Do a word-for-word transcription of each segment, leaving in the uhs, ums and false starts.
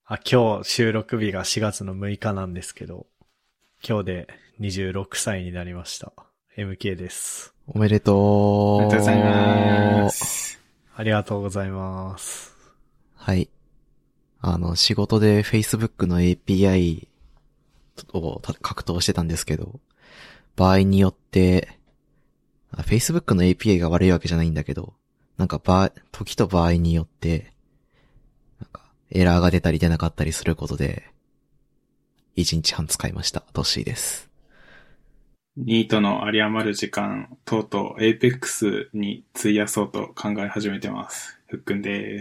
あ、今日収録日がしがつのむいかなんですけど、今日でにじゅうろくさいになりました。エムケー です。 おめでとう。 おめでとうございます。 ありがとうございます。 はい。あの、仕事で Facebook の エーピーアイ を格闘してたんですけど、場合によって、Facebook の エーピーアイ が悪いわけじゃないんだけど、なんか場、時と場合によって、なんか、エラーが出たり出なかったりすることで、いちにちはん使いました。トッシーです。 ニートの有り余る時間、とうとう Apex に費やそうと考え始めてます。ふっくんです。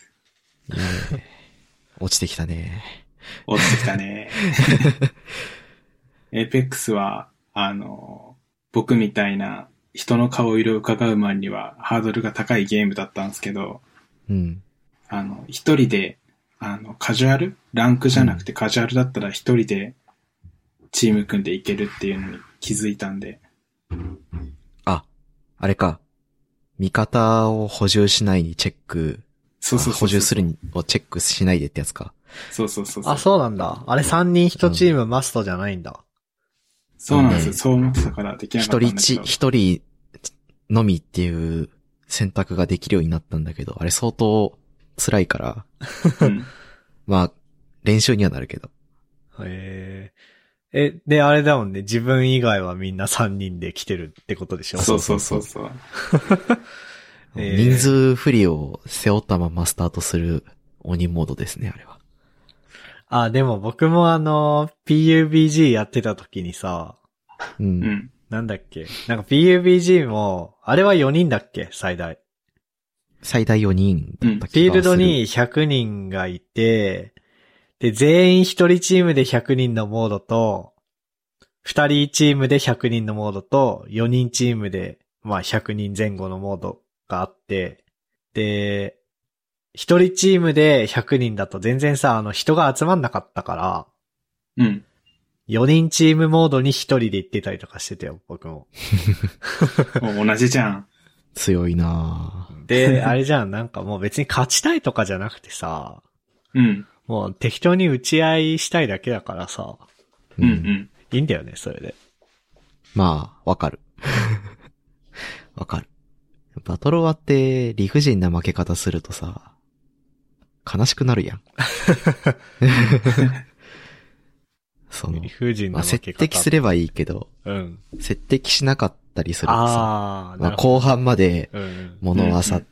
いいね。落ちてきたね。 落ちてきたね。Apex は、あの、僕みたいな人の顔色を伺うマンにはハードルが高いゲームだったんですけど、 うん。 あの、一人で、あの、カジュアルランクじゃなくてカジュアルだったら一人でチーム組んでいけるっていうのに気づいたんで。 あ、あれか。味方を補充しないにチェック。 そうそうそうそう。 補充するにをチェックしないでってやつか。 そうそうそうそう。 あ、そうなんだ。あれさんにんいちチームマストじゃないんだ。うん、 そうなんですよ。そう思ってたからできなかったんだけど。 一人ち、一人のみっていう選択ができるようになったんだけど、あれ相当辛いから。うん、まあ、練習にはなるけど。 へえ。え、で、あれだもんね。自分以外はみんなさんにんで来てるってことでしょ？ そうそうそうそう。 えー、人数不利を背負ったままスタートする鬼モードですね、あれは。 あ、でも僕もあの、ピーユービージー やってた時にさ、 うん。 なんだっけ？なんか ピーユービージー も、あれはよにんだっけ？最大。 最大よにんだった気がする。 フィールドにひゃくにんがいて、で、全員ひとりチームでひゃくにんのモードと、ふたりチームでひゃくにんのモードと、よにんチームで、まあひゃくにんぜん後のモードがあって、で、ひとりチームでひゃくにんだと全然さ、あの人が集まんなかったから、 うん。 よにんチームモードにひとりで行ってたりとかしてたよ、僕も。 もう同じじゃん。 強いなぁ。 で、あれじゃん、なんかもう別に勝ちたいとかじゃなくてさ、 うん。 もう適当に打ち合いしたいだけだからさ、 うんうん。 いいんだよね、それで。 まあ、わかる。わかる。バトロワって理不尽な負け方するとさ、悲しくなるやん。その、 理不尽なまあ、 負け方。 接敵すればいいけど、 うん。 接敵しなかったりするとさ、 あまあ、後半までうん物を漁って、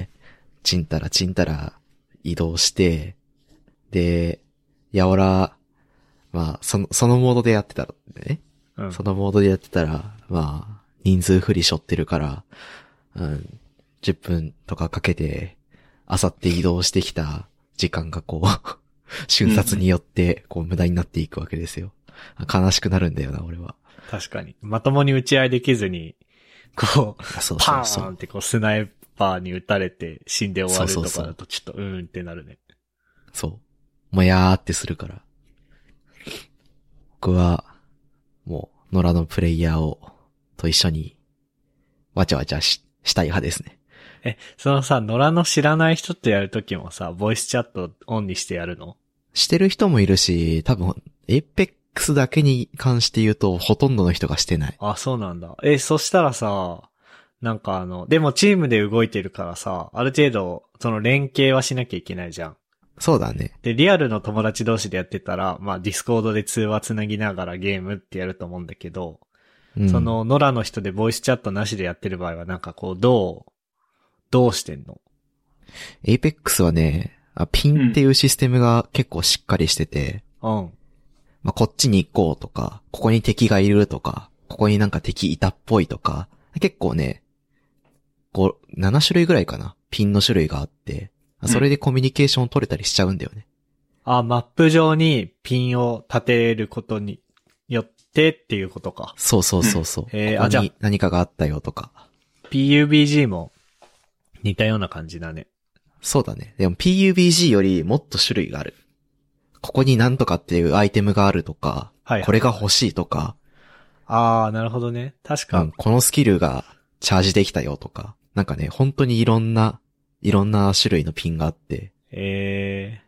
ちんたらちんたら移動して、で、やおら、まあ、その、そのモードでやってたらね、うん、そのモードでやってたら、まあ、人数不利しょってるから、うん、じゅっぷんとかかけて、あさって移動してきた時間がこう、瞬殺によって、こう無駄になっていくわけですよ。悲しくなるんだよな、俺は。 確かに。まともに打ち合いできずに、こう、 そうそうそうパーンってこうスナイパーに撃たれて死んで終わるとかだとちょっとうーんってなるね。 そう。もやーってするから。僕は、もう、野良のプレイヤーを、と一緒に、わちゃわちゃし、したい派ですね。 え、そのさ、野良の知らない人とやるときもさ、ボイスチャットオンにしてやるの？ してる人もいるし、多分、エイペックスだけに関して言うと、ほとんどの人がしてない。 あ、そうなんだ。え、そしたらさ、なんかあの、でもチームで動いてるからさ、ある程度、その連携はしなきゃいけないじゃん。 そうだね。 で、リアルの友達同士でやってたら、まあディスコードで通話つなぎながらゲームってやると思うんだけど、うん、その、野良の人でボイスチャットなしでやってる場合はなんかこう、どう、どうしてんの？ エイペックスはね、あ、ピンっていうシステムが結構しっかりしてて、 うん。 まあ、こっちに行こうとか、ここに敵がいるとか、ここになんか敵いたっぽいとか、結構ね、こう、なな種類ぐらいかな、ピンの種類があって、それでコミュニケーション取れたりしちゃうんだよね。 うん、あ、マップ上にピンを立てることによってっていうことか。 そうそうそうそう。 うん、えー、 ここに何かがあったよとか。 ピーユービージー も似たような感じだね。 そうだね。でも ピーユービージー よりもっと種類がある。ここになんとかっていうアイテムがあるとか、はいはいはい、これが欲しいとか。 あー、なるほどね。確か、 うん。このスキルがチャージできたよとか。なんかね、本当にいろんな、いろんな種類のピンがあって。 えー、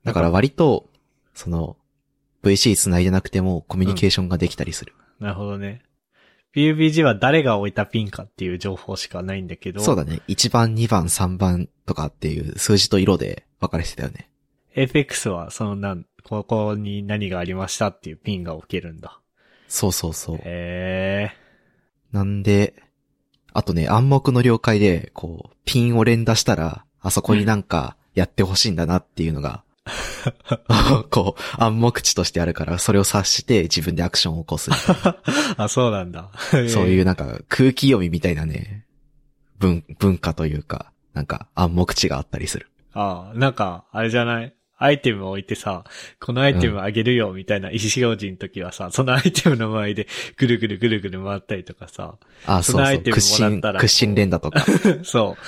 だから割と、その、ブイシー 繋いでなくてもコミュニケーションができたりする。 うん、なるほどね。ピーユービージー は誰が置いたピンかっていう情報しかないんだけど。 そうだね。いちばん、にばん、さんばんとかっていう数字と色で分かれてたよね。 Apex はそのなん、ここに何がありましたっていうピンが置けるんだ。 そうそうそう。 へー。 なんで、あとね、暗黙の了解で、こう、ピンを連打したら、あそこになんかやってほしいんだなっていうのが、こう、暗黙知としてあるから、それを察して自分でアクションを起こす。 あ、そうなんだ。 そういうなんか空気読みみたいなね、文、文化というか、なんか暗黙知があったりする。 ああ、なんか、あれじゃないアイテムを置いてさ、このアイテムあげるよみたいな意思表示の時はさ、うん、そのアイテムの周りでぐるぐるぐるぐる回ったりとかさ、 あ、そうそう、 そのアイテムもらったら。 屈伸連打とか。 そう。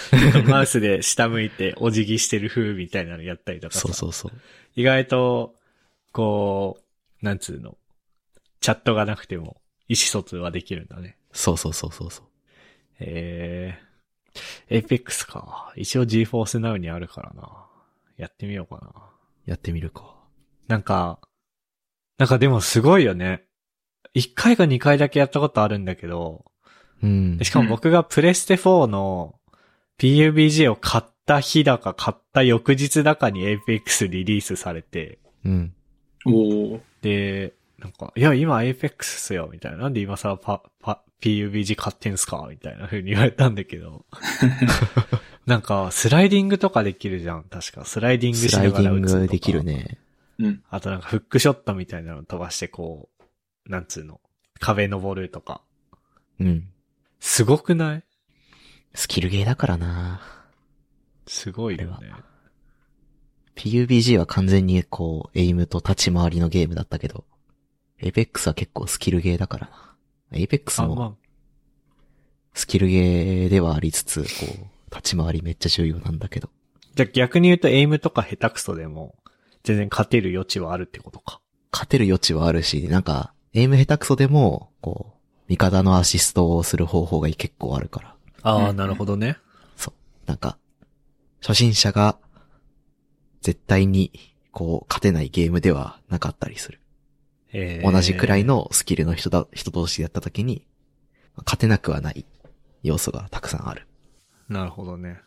マウスで下向いてお辞儀してる風みたいなのやったりとかさ。 そうそうそう。 意外と、こう、なんつうの、チャットがなくても意思疎通はできるんだね。 そうそうそうそうそう。 へー。Apex か。一応 GeForce Now にあるからな。やってみようかな。 やってみるか。 なんか、なんかでもすごいよね。一回か二回だけやったことあるんだけど、 うん。 しかも僕がプレステフォーの ピーユービージー を買った日だか買った翌日だかに Apex リリースされて、 うん。 おー。 で、なんか、いや今 Apex っすよ、みたいな。なんで今さパ、パ、ピーユービージー 買ってんすかみたいな風に言われたんだけど。なんか、スライディングとかできるじゃん。確か。スライディングしながら打つとか。 スライディングできるね。 うん。 あとなんか、フックショットみたいなの飛ばしてこう、なんつうの。壁登るとか。 うん。 すごくない？ スキルゲーだからな。 すごいよね。 ピーユービージー は完全にこう、エイムと立ち回りのゲームだったけど、Apex は結構スキルゲーだからな。Apex も、スキルゲーではありつつ、こう、立ち回りめっちゃ重要なんだけど。 じゃあ逆に言うとエイムとか下手くそでも、全然勝てる余地はあるってことか。 勝てる余地はあるし、なんか、エイム下手くそでも、こう、味方のアシストをする方法が結構あるから。 ああ、なるほどね。 そう。なんか、初心者が、絶対に、こう、勝てないゲームではなかったりする。 えー、 同じくらいのスキルの人だ、人同士でやった時に、勝てなくはない要素がたくさんある。 なるほどね。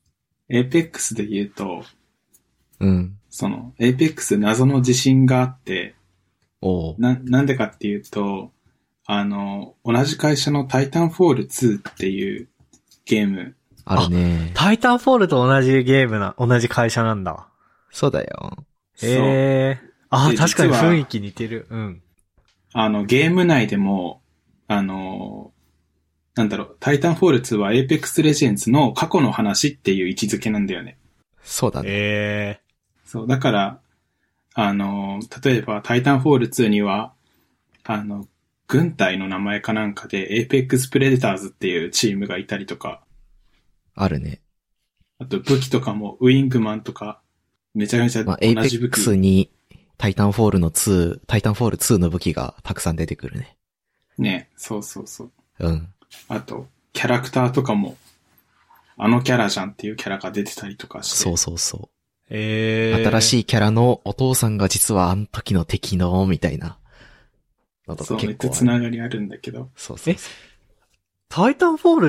Apex で言うと、 うん。 その、Apex 謎の自信があって、 おな、なんでかっていうと、あの、同じ会社のタイタンフォールツーっていうゲーム。 あるね。 タイタンフォールと同じゲームな、同じ会社なんだ。 そうだよ。 ええー。あ、確かに雰囲気似てる。うん。 あの、ゲーム内でも、あの、なんだろう、タイタンフォールツーは Apex Legends の過去の話っていう位置づけなんだよね。 そうだね。 ええー。そう、だから、あの、例えばタイタンフォールツーには、あの、軍隊の名前かなんかで Apex Predators っていうチームがいたりとか。 あるね。 あと武器とかもウィングマンとか、めちゃめちゃ同じ武器。 まあ、Apex にタイタンフォールのツー、タイタンフォールツーの武器がたくさん出てくるね。 ね、そうそうそう。 うん。 あと、キャラクターとかも、あのキャラじゃんっていうキャラが出てたりとかして。 そうそうそう。 えー、 新しいキャラのお父さんが実はあの時の敵の、みたいな。 のとか結構そう、めっちゃつながりあるんだけど。 そうそうそう。 え、タイタンフォールって、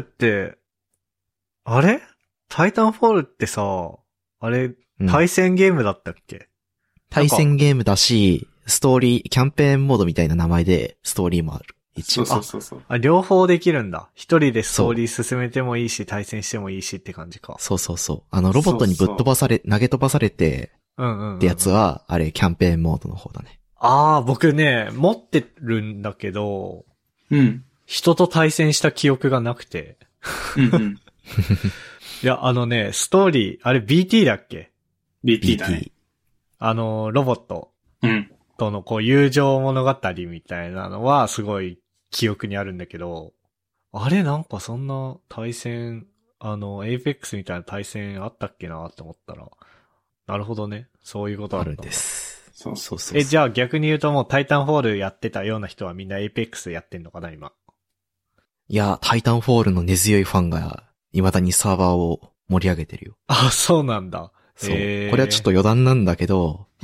あれタイタンフォールってさ、あれ、対戦ゲームだったっけ、うん、 対戦ゲームだし、ストーリー、キャンペーンモードみたいな名前でストーリーもある。一応。 そうそうそう。 あ、両方できるんだ。一人でストーリー進めてもいいし、対戦してもいいしって感じか。 そうそうそう。あの、ロボットにぶっ飛ばされ、そうそう投げ飛ばされて、 うんうん、うん。 ってやつは、あれ、キャンペーンモードの方だね。 ああ、僕ね、持ってるんだけど、 うん。 人と対戦した記憶がなくて。 うんうん。 いや、あのね、ストーリー、あれ ビーティー だっけ ?ビーティー だね。 あの、ロボット。 うん。 とのこう友情物語みたいなのはすごい記憶にあるんだけど、あれなんかそんな対戦、あの、Apex みたいな対戦あったっけなって思ったら、なるほどね。そういうことあるんです。 そうそうそう。 え、じゃあ逆に言うともうタイタンフォールやってたような人はみんな Apex やってんのかな今。 いや、タイタンフォールの根強いファンが未だにサーバーを盛り上げてるよ。 あ、そうなんだ。 そう。これはちょっと余談なんだけど、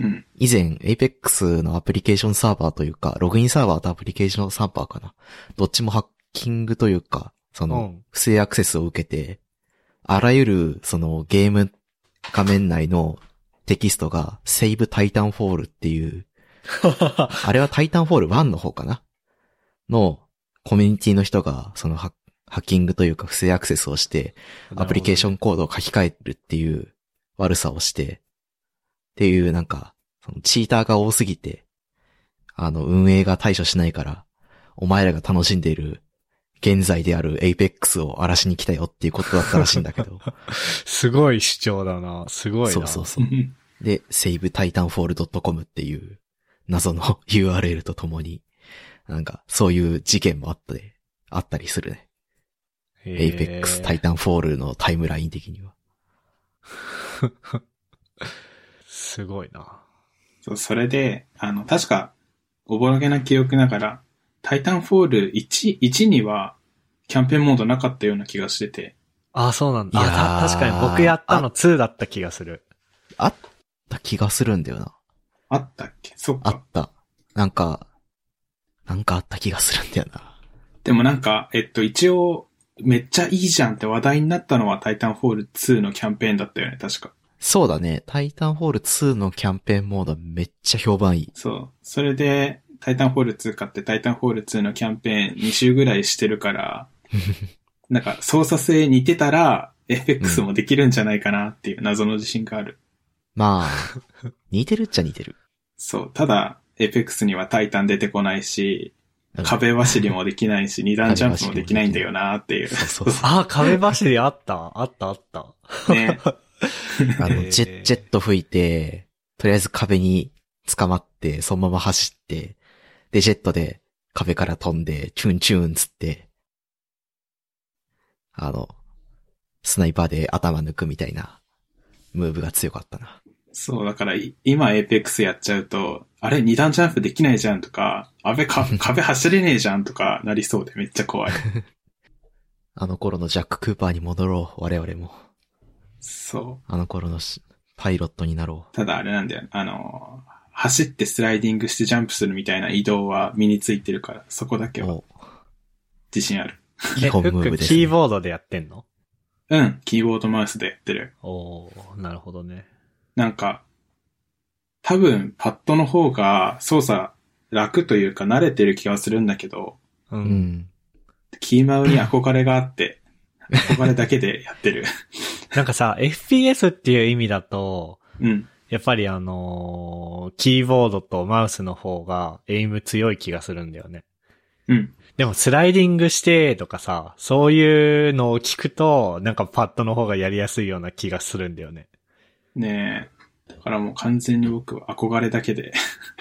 うん。 以前 Apex のアプリケーションサーバーというか、ログインサーバーとアプリケーションサーバーかな。どっちもハッキングというか、その、不正アクセスを受けて、あらゆる、そのゲーム画面内のテキストが Save Titanfall っていう、あれは Titanfall ワンの方かなのコミュニティの人が、そのハッキングというか不正アクセスをして、アプリケーションコードを書き換えるっていう悪さをして、っていうなんか、そのチーターが多すぎて、あの運営が対処しないから、お前らが楽しんでいる現在である Apex を荒らしに来たよっていうことだったらしいんだけど。 すごい主張だな。すごいな。 そうそうそう。で、save titanfall ドットコム っていう謎の ユーアールエル とともに、なんかそういう事件もあって、あったりするね。Apex Titanfall のタイムライン的には。 すごいな。 そう、それで、あの、確か、おぼろげな記憶ながら、タイタンフォールいち、いちには、キャンペーンモードなかったような気がしてて。 ああ、そうなんだ。あ、確かに僕やったのにだった気がする。 あった気がするんだよな。 あったっけ？そっか。 あった。なんか、なんかあった気がするんだよな。 でもなんか、えっと、一応、めっちゃいいじゃんって話題になったのはタイタンフォールツーのキャンペーンだったよね、確か。 そうだね。タイタンフォールツーのキャンペーンモードめっちゃ評判いい。 そう。それで、タイタンフォールツー買ってタイタンフォールツーのキャンペーンに週ぐらいしてるから、なんか操作性似てたら、エーペックスもできるんじゃないかなっていう謎の自信がある。 うん、まあ、似てるっちゃ似てる。 そう。ただ、エーペックスにはタイタン出てこないし、壁走りもできないし、二段ジャンプもできないんだよなっていう。 そうそうそう。 あ、壁走りあったあったあった。 ね。 あの、ジェ、ジェット吹いて、とりあえず壁に捕まって、そのまま走って、で、ジェットで壁から飛んで、チュンチュンつって、あの、スナイパーで頭抜くみたいな、ムーブが強かったな。 そう、だから、今エーペックスやっちゃうと、あれ二段ジャンプできないじゃんとか、あべか、壁走れねえじゃんとかなりそうでめっちゃ怖い。 あの頃のジャック・クーパーに戻ろう、我々も。 そう。 あの頃のパイロットになろう。ただあれなんだよ。あの、走ってスライディングしてジャンプするみたいな移動は身についてるから、そこだけは自信ある。 基本ムーブです、ね。 キーボードでやってんの？ うん、キーボードマウスでやってる。 おー、なるほどね。 なんか、多分パッドの方が操作楽というか慣れてる気がするんだけど、 うん。 キーマウに憧れがあって、憧れだけでやってる。 なんかさ、エフピーエス っていう意味だと、 うん。 やっぱりあのー、キーボードとマウスの方がエイム強い気がするんだよね。 うん。 でもスライディングしてとかさ、そういうのを聞くと、なんかパッドの方がやりやすいような気がするんだよね。 ねえ。だからもう完全に僕は憧れだけで。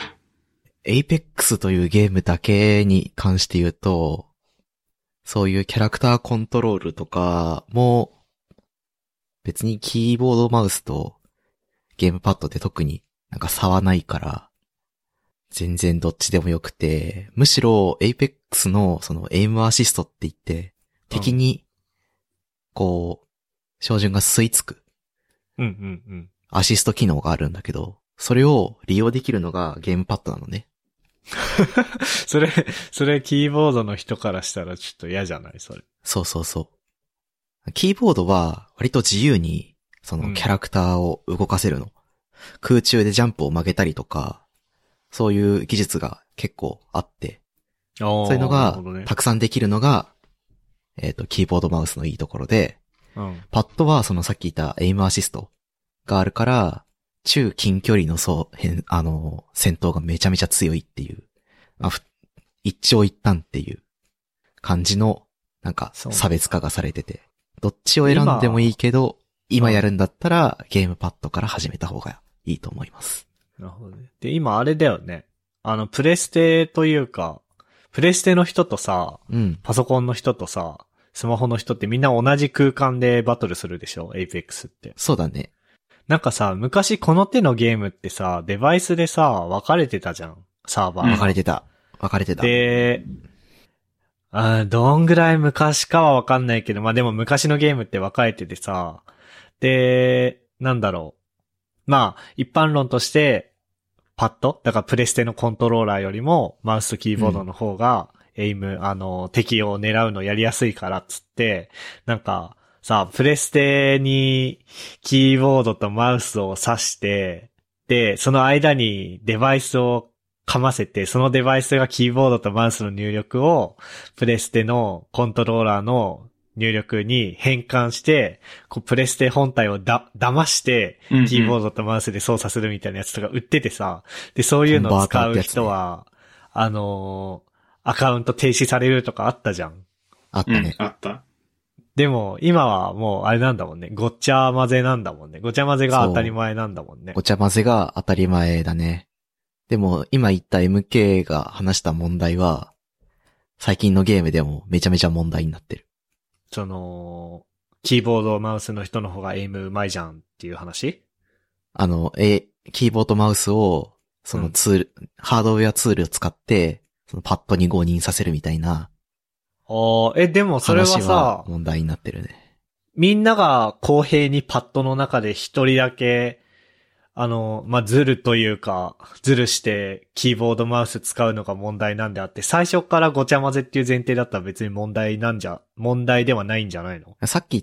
Apex というゲームだけに関して言うと、そういうキャラクターコントロールとかも、別にキーボードマウスとゲームパッドで特になんか差はないから、全然どっちでもよくて、むしろ Apex のそのエイムアシストって言って、敵に、こう、照準が吸い付く。 うんうんうん。 アシスト機能があるんだけど、それを利用できるのがゲームパッドなのね。 それ、それキーボードの人からしたらちょっと嫌じゃないそれ。 そうそうそう。キーボードは割と自由に、そのキャラクターを動かせるの。うん、空中でジャンプを曲げたりとか、そういう技術が結構あって、そういうのがたくさんできるのが、えっと、キーボードマウスのいいところで、 うん、 パッドはそのさっき言ったエイムアシストがあるから、中近距離のそう、変、あの、戦闘がめちゃめちゃ強いっていう、まあ、一長一短っていう感じの、なんか差別化がされてて、どっちを選んでもいいけど、今やるんだったらゲームパッドから始めた方がいいと思います。 なるほどね。で、今あれだよね。あの、プレステというか、プレステの人とさ、 うん、 パソコンの人とさ、スマホの人ってみんな同じ空間でバトルするでしょ？ Apex って。 そうだね。 なんかさ、昔この手のゲームってさ、デバイスでさ、分かれてたじゃん。サーバー。 分かれてた。分かれてた。 で、あどんぐらい昔かは分かんないけど、まあでも昔のゲームって分かれててさ、で、なんだろう。まあ、一般論として、 パッドだからプレステのコントローラーよりもマウスとキーボードの方が、エイム、あの、敵を狙うのやりやすいからっつって、なんか、さ、プレステにキーボードとマウスを挿して、で、その間にデバイスをかませて、そのデバイスがキーボードとマウスの入力を、プレステのコントローラーの入力に変換して、こうプレステ本体をだ、騙して、キーボードとマウスで操作するみたいなやつとか売っててさ、で、そういうのを使う人は、ね、あのー、アカウント停止されるとかあったじゃん。 あったね。 うん、あった。 でも、今はもうあれなんだもんね。ごっちゃ混ぜなんだもんね。ごちゃ混ぜが当たり前なんだもんね。 ごちゃ混ぜが当たり前だね。でも、今言った エムケー が話した問題は、最近のゲームでもめちゃめちゃ問題になってる。 その、キーボード、マウスの人の方がエイムうまいじゃんっていう話？ あの、え、キーボード、マウスを、そのツール、うん、ハードウェアツールを使って、そのパッドに誤認させるみたいな。 ああ、え、でもそれはさ、は問題になってるね。 みんなが公平にパッドの中で一人だけ、あの、まあ、ずるというか、ずるしてキーボードマウス使うのが問題なんであって、最初からごちゃ混ぜっていう前提だったら別に問題なんじゃ、問題ではないんじゃないの？ さっき言った、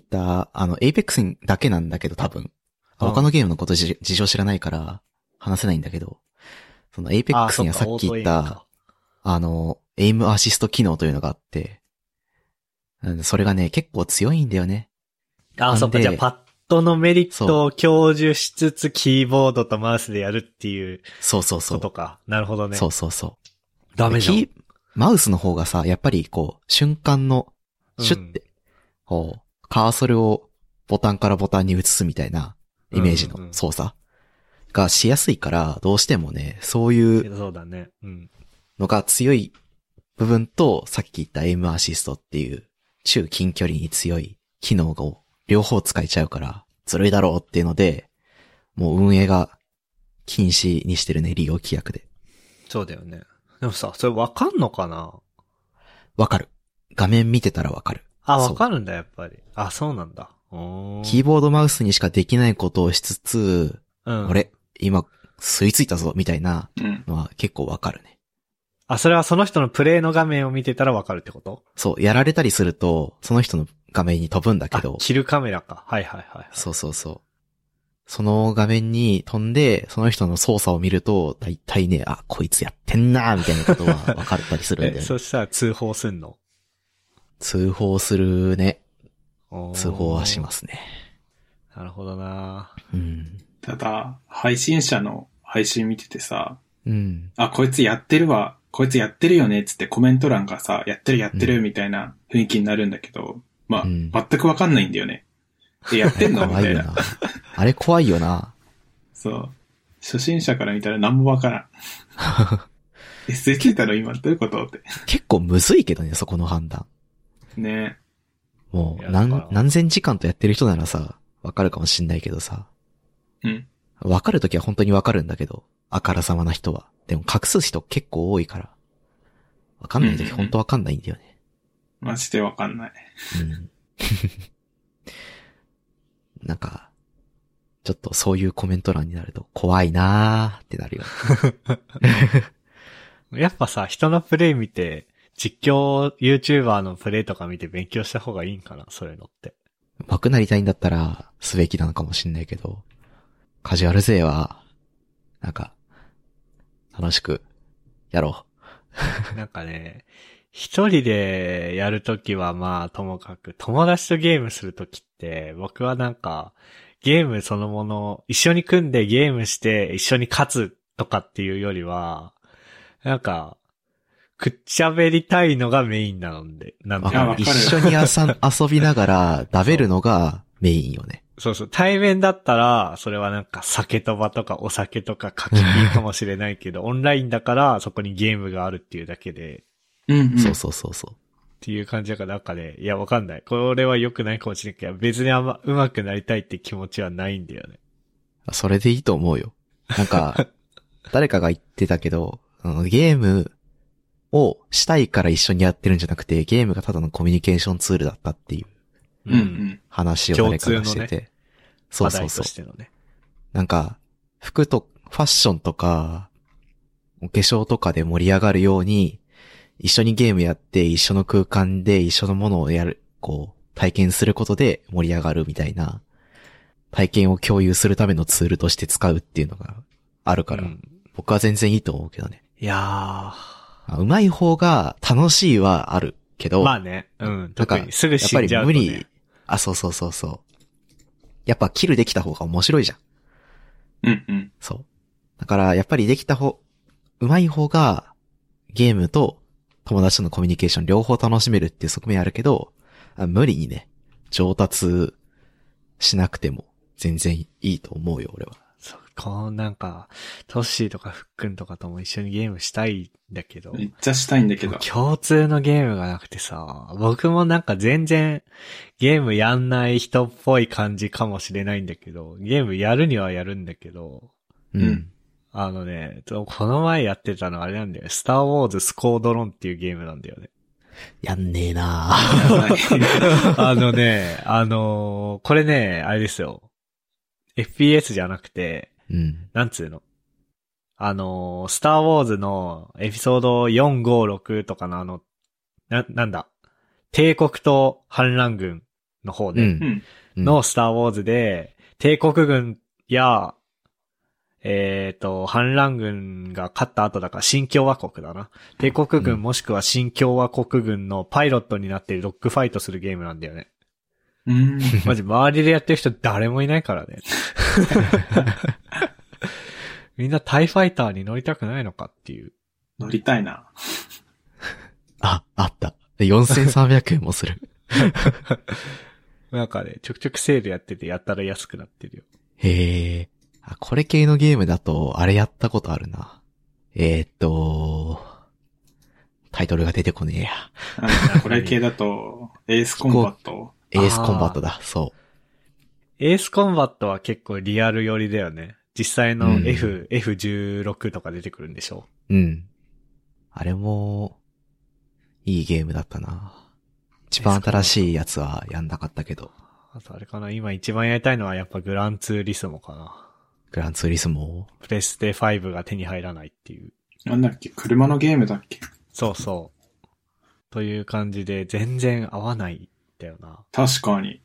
あの、エイペックスだけなんだけど多分。他のゲームのこと事情知らないから話せないんだけど、そのエイペックスにはさっき言った、あの、エイムアシスト機能というのがあって、それがね、結構強いんだよね。 ああ、そっか、じゃあパッドのメリットを享受しつつ、キーボードとマウスでやるっていう。 そうそうそう。 ことか。なるほどね。 そうそうそう。 ダメじゃん。 マウスの方がさ、やっぱりこう、瞬間の、シュッて、うん、こう、カーソルをボタンからボタンに移すみたいなイメージの操作がしやすいから、どうしてもね、そういうそうだね。うん。 のが強い部分と、さっき言ったエイムアシストっていう中近距離に強い機能を両方使えちゃうから、ずるいだろうっていうので、もう運営が禁止にしてるね、利用規約で。 そうだよね。でもさ、それわかんのかな？ わかる。画面見てたらわかる。 あ、わかるんだ、やっぱり。あ、そうなんだ。おー。 キーボードマウスにしかできないことをしつつ、うん、俺、今、吸い付いたぞ、みたいなのは結構わかるね。 あ、それはその人のプレイの画面を見てたらわかるってこと？ そう、やられたりすると、その人の画面に飛ぶんだけど。 キルカメラか。はいはいはい、はい。 そうそうそう。その画面に飛んで、その人の操作を見ると、だいたいね、あ、こいつやってんなーみたいなことは分かったりするんだよね。 え、そしたら通報すんの？ 通報するね。通報はしますね。 なるほどな。 うん。 ただ、配信者の配信見ててさ、 うん。 あ、こいつやってるわ、こいつやってるよねっつってコメント欄がさ、やってるやってるみたいな雰囲気になるんだけど、うん、まあ、うん、全くわかんないんだよね。で、やってんのみたいな。 あれ怖いよな。 そう。初心者から見たら何もわからん。え、吸い付いたの今どういうことって。 結構むずいけどね、そこの判断。 ね。 もう、何、何千時間とやってる人ならさ、わかるかもしんないけどさ。 うん。 わかるときは本当にわかるんだけど、あからさまな人は。でも隠す人結構多いから。わかんないとき本当わかんないんだよね。 マジでわかんない。 うん。なんか、ちょっとそういうコメント欄になると怖いなーってなるよ。 やっぱさ、人のプレイ見て、実況 YouTuber のプレイとか見て勉強した方がいいんかな、そういうのって。 上手くなりたいんだったら、すべきなのかもしんないけど、カジュアル勢は、なんか、楽しく、やろう。なんかね、一人でやるときはまあともかく、友達とゲームするときって、僕はなんか、ゲームそのもの、一緒に組んでゲームして一緒に勝つとかっていうよりは、なんか、くっちゃべりたいのがメインなので、なんで、 ね、一緒に遊びながら食べるのがメインよね。 そうそう。対面だったら、それはなんか酒とばとかお酒とか書き火かもしれないけど、オンラインだからそこにゲームがあるっていうだけで。 うんうん、 そうそうそうそう。 っていう感じだからなんかね、いやわかんない。これは良くないかもしれないけど、別にあんま上手くなりたいって気持ちはないんだよね。 それでいいと思うよ。なんか、誰かが言ってたけど、ゲームをしたいから一緒にやってるんじゃなくて、ゲームがただのコミュニケーションツールだったっていう。 うんうん。 話を誰かがしてて。 ね、そうそうそう。ね、 なんか、服と、ファッションとか、 お化粧とかで盛り上がるように、一緒にゲームやって一緒の空間で一緒のものをやる、こう、体験することで盛り上がるみたいな、体験を共有するためのツールとして使うっていうのがあるから、うん、僕は全然いいと思うけどね。 いやー。うまい方が楽しいはあるけど。 まあね。うん。特にすぐ死んじゃうと、ね。やっぱり無理。 あ、そうそうそうそう。やっぱキルできた方が面白いじゃん。 うんうん。 そう。だからやっぱりできた方、うまい方がゲームと友達とのコミュニケーション両方楽しめるっていう側面あるけど、無理にね、上達しなくても全然いいと思うよ、俺は。 そう、こうなんか、トッシーとかフックンとかとも一緒にゲームしたいんだけど。 めっちゃしたいんだけど。 共通のゲームがなくてさ、僕もなんか全然ゲームやんない人っぽい感じかもしれないんだけど、ゲームやるにはやるんだけど、 うん。 あのね、この前やってたのあれなんだよ。スターウォーズスコードロンっていうゲームなんだよね。 やんねえなぁ。 あのね、あのー、これね、あれですよ。エフピーエス じゃなくて、 うん、 なんつうの。あのー、スターウォーズのエピソードよん、ご、ろくとかのあの、な、なんだ。帝国と反乱軍の方で、うん、のスターウォーズで、帝国軍や、えっと、反乱軍が勝った後だから新共和国だな。帝国軍もしくは新共和国軍のパイロットになってドッグファイトするゲームなんだよね。 うん。 マジ周りでやってる人誰もいないからね。みんなタイファイターに乗りたくないのかっていう。 乗りたいな。 あ、あった。よんせんさんびゃくえんもする。 なんかね、ちょくちょくセールやっててやったら安くなってるよ。 へえ。あ、これ系のゲームだと、あれやったことあるな。えー、っと、タイトルが出てこねえや。 あ、これ系だと、エースコンバット。 エースコンバットだ、そう。 エースコンバットは結構リアル寄りだよね。実際の F、うん、エフじゅうろく とか出てくるんでしょ？ うん。あれも、いいゲームだったな。一番新しいやつはやんなかったけど。 あとあれかな、今一番やりたいのはやっぱグランツーリスモかな。 グランツーリスモプレステファイブが手に入らないっていう。 なんだっけ、車のゲームだっけ？ そうそう。という感じで全然合わないんだよな。 確かに。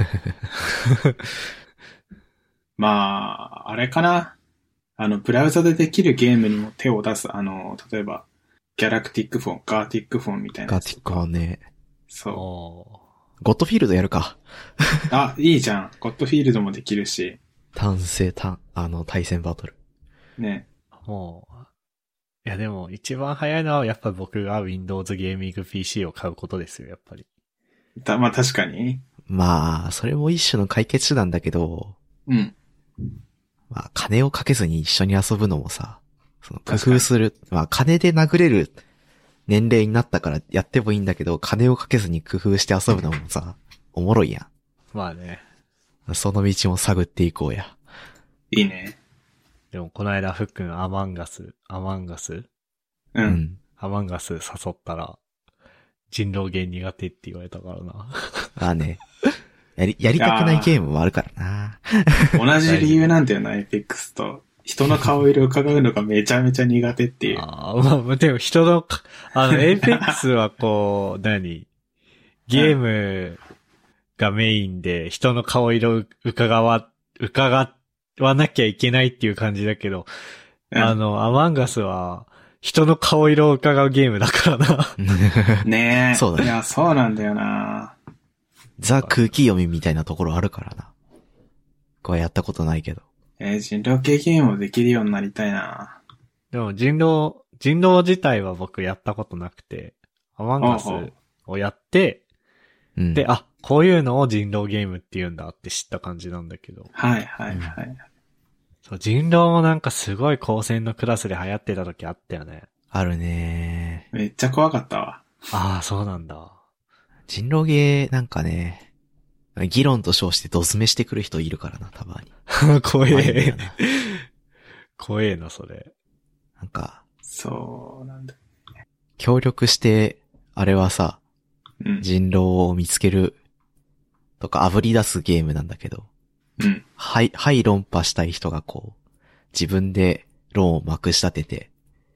まあ、あれかな。あの、ブラウザでできるゲームにも手を出す。あの、例えば、ギャラクティックフォン、ガーティックフォンみたいな。 ガーティックフォンね。 そう。 ゴッドフィールドやるか。 あ、いいじゃん。ゴッドフィールドもできるし。 単性単、あの、対戦バトル。 ね。 もう。いやでも、一番早いのはやっぱ僕が Windows ゲーミング ピーシー を買うことですよ、やっぱり。 だ、まあ確かに。 まあ、それも一種の解決手段だけど。 うん。 まあ、金をかけずに一緒に遊ぶのもさ、その工夫する。まあ、金で殴れる年齢になったからやってもいいんだけど、金をかけずに工夫して遊ぶのもさ、おもろいやん。 まあね。 その道も探っていこうや。 いいね。 でも、この間、ふっくんアマンガス、アマンガスうん。 アマンガス誘ったら、人狼ゲー苦手って言われたからな。 ああね。やり、やりたくないゲームもあるからな。 同じ理由なんだよな、エイペックスと。人の顔色を伺うのがめちゃめちゃ苦手っていう。 ああ、まあ、でも人の、あの、エイペックスはこう、何ゲームがメインで人の顔色を伺わ、伺わなきゃいけないっていう感じだけど、うん、あの、アマンガスは、人の顔色を伺うゲームだからな。 ねえ。 そうだね。 いや、そうなんだよな。 ザ空気読みみたいなところあるからな。これやったことないけど。 えー、人狼系ゲームもできるようになりたいな。 でも人狼、人狼自体は僕やったことなくて、アマンガスをやって、 うん、 で、あ、こういうのを人狼ゲームって言うんだって知った感じなんだけど。 はいはいはい。うん、 そう、人狼もなんかすごい高専のクラスで流行ってた時あったよね。 あるねー。めっちゃ怖かったわ。 ああ、そうなんだ。 人狼ゲーなんかね、議論と称してド詰めしてくる人いるからな、たまに。 怖え。怖えな、それ。 なんか、 そうなんだ。 協力して、あれはさ、 うん、 人狼を見つけるとか炙り出すゲームなんだけど、 うん。 はい、はい論破したい人がこう、自分で論をまくし立てて、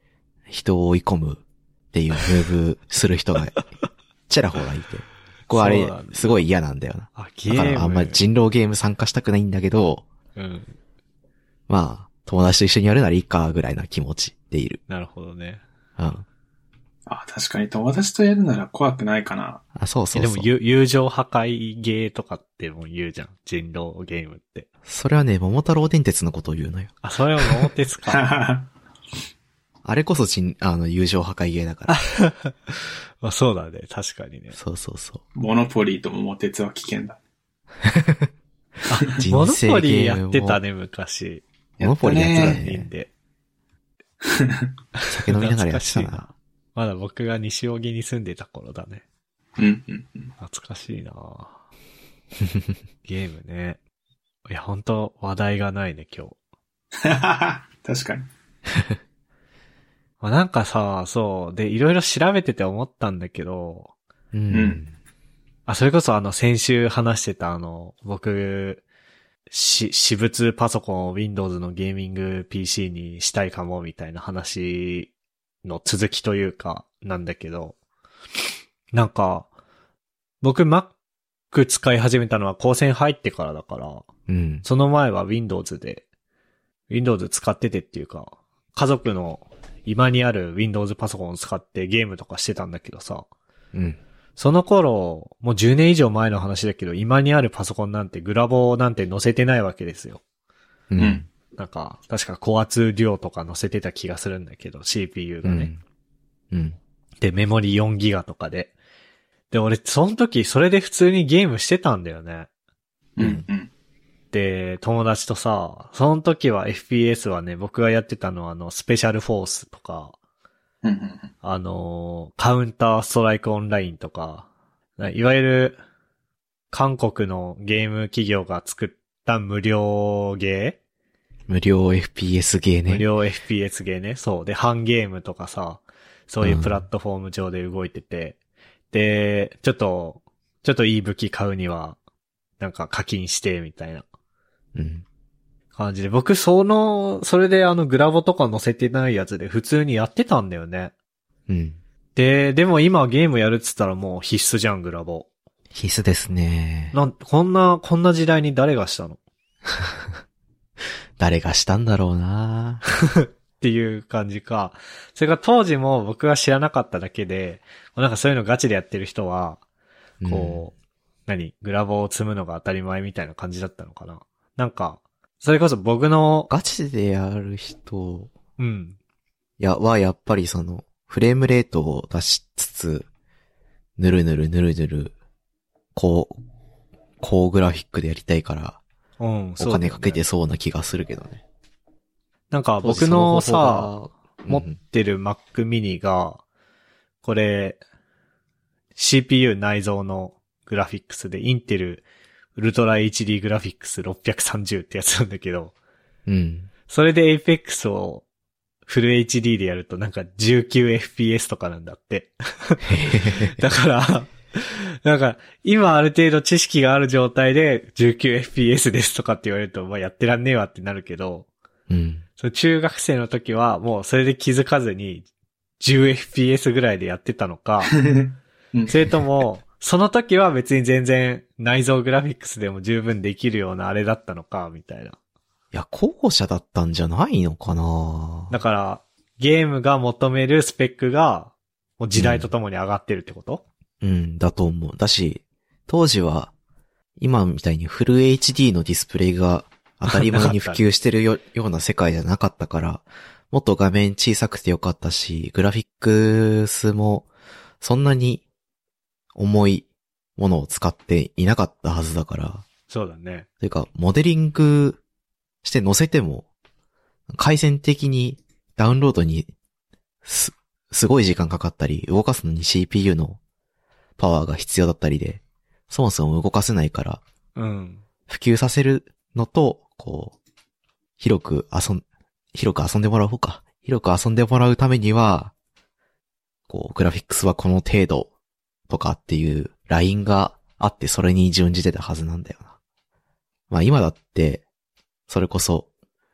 人を追い込むっていうムーブする人がちらほらいて、こうあれすごい嫌なんだよな。 あ、ゲーム。 だからあんまり人狼ゲーム参加したくないんだけど、 うん。 まあ、友達と一緒にやるならいいかぐらいな気持ちでいる。 なるほどね。 うん。 あ、確かに友達とやるなら怖くないかな。 あ、そうそうそう。 でも友情破壊ゲーとかっても言うじゃん。人狼ゲームって。 それはね、桃太郎電鉄のことを言うのよ。 あ、それは桃鉄か。 あれこそ人、あの、友情破壊ゲーだから。 まあそうだね。確かにね。 そうそうそう。 モノポリーと桃鉄は危険だ。 あ、モノポリーやってたね、昔。 モノポリーやってたね。 で酒飲みながらやってたな。 まだ僕が西荻に住んでた頃だね。 うんうんうん。 懐かしいなゲームね。いや、本当話題がないね、今日。 確かに。 まあなんかさ、そう。で、いろいろ調べてて思ったんだけど。 うん。うん、 あ、それこそあの、先週話してたあの、僕、し、私物パソコンを Windows のゲーミング ピーシー にしたいかもみたいな話の続きというか、なんだけど。なんか、僕 Mac 使い始めたのは高専入ってからだから、 うん。 その前は Windows で、Windows 使っててっていうか、家族の今にある Windows パソコンを使ってゲームとかしてたんだけどさ、 うん。 その頃、もうじゅうねん以上前の話だけど、今にあるパソコンなんてグラボなんて載せてないわけですよ。 うん。 なんか、確かコアツーデュオとか載せてた気がするんだけど、シーピーユー がね。 うん。うん。 で、メモリよんギガとかで。で、俺、その時、それで普通にゲームしてたんだよね。 うん。うん。 で、友達とさ、その時は エフピーエス はね、僕がやってたのはあの、スペシャルフォースとか、 うん。 あのー、カウンターストライクオンラインとか、いわゆる、韓国のゲーム企業が作った無料ゲー無料 エフピーエス ゲーね。 無料 エフピーエス ゲーね。そう。で、ハンゲームとかさ、そういうプラットフォーム上で動いてて、うん、で、ちょっと、ちょっといい武器買うには、なんか課金して、みたいな。 うん。 感じで、僕、その、それであの、グラボとか載せてないやつで普通にやってたんだよね。 うん。 で、でも今ゲームやるっつったらもう必須じゃん、グラボ。 必須ですね。 なん、こんな、こんな時代に誰がしたの誰がしたんだろうなっていう感じか。それから当時も僕が知らなかっただけで、なんかそういうのガチでやってる人は、こう、うん、何グラボを積むのが当たり前みたいな感じだったのかな。なんか、それこそ僕の、 ガチでやる人、 うん。 いや、はやっぱりその、フレームレートを出しつつ、ぬるぬるぬるぬる、こう、高グラフィックでやりたいから、 うん、 お金かけてそうな気がするけどね。 なんか僕のさ、うん、持ってる Mac mini が、これ、シーピーユー 内蔵のグラフィックスで、インテルウルトラ エイチディー グラフィックスろっぴゃくさんじゅうってやつなんだけど、 うん。それで Apex をフル エイチディー でやるとなんか じゅうきゅうエフピーエス とかなんだって。だから、なんか今ある程度知識がある状態で じゅうきゅうエフピーエス ですとかって言われると、まあやってらんねえわってなるけど、 うん。 その中学生の時はもうそれで気づかずに じゅうエフピーエス ぐらいでやってたのか、それとも、その時は別に全然内蔵グラフィックスでも十分できるようなあれだったのか、みたいな。 いや、後者だったんじゃないのかな。 だから、ゲームが求めるスペックが、もう時代とともに上がってるってこと、 うん、うん、だと思う。だし、当時は、今みたいにフル エイチディー のディスプレイが当たり前に普及してる よ, ような世界じゃなかったから、もっと画面小さくてよかったし、グラフィックスもそんなに重いものを使っていなかったはずだから。 そうだね。 というか、モデリングして載せても、回線的にダウンロードにす、すごい時間かかったり、動かすのに シーピーユー のパワーが必要だったりで、そもそも動かせないから、 うん。 普及させるのと、こう、広く遊ん、広く遊んでもらおうか。広く遊んでもらうためには、こう、グラフィックスはこの程度とかっていうラインがあって、それに準じてたはずなんだよな。まあ今だって、それこそ、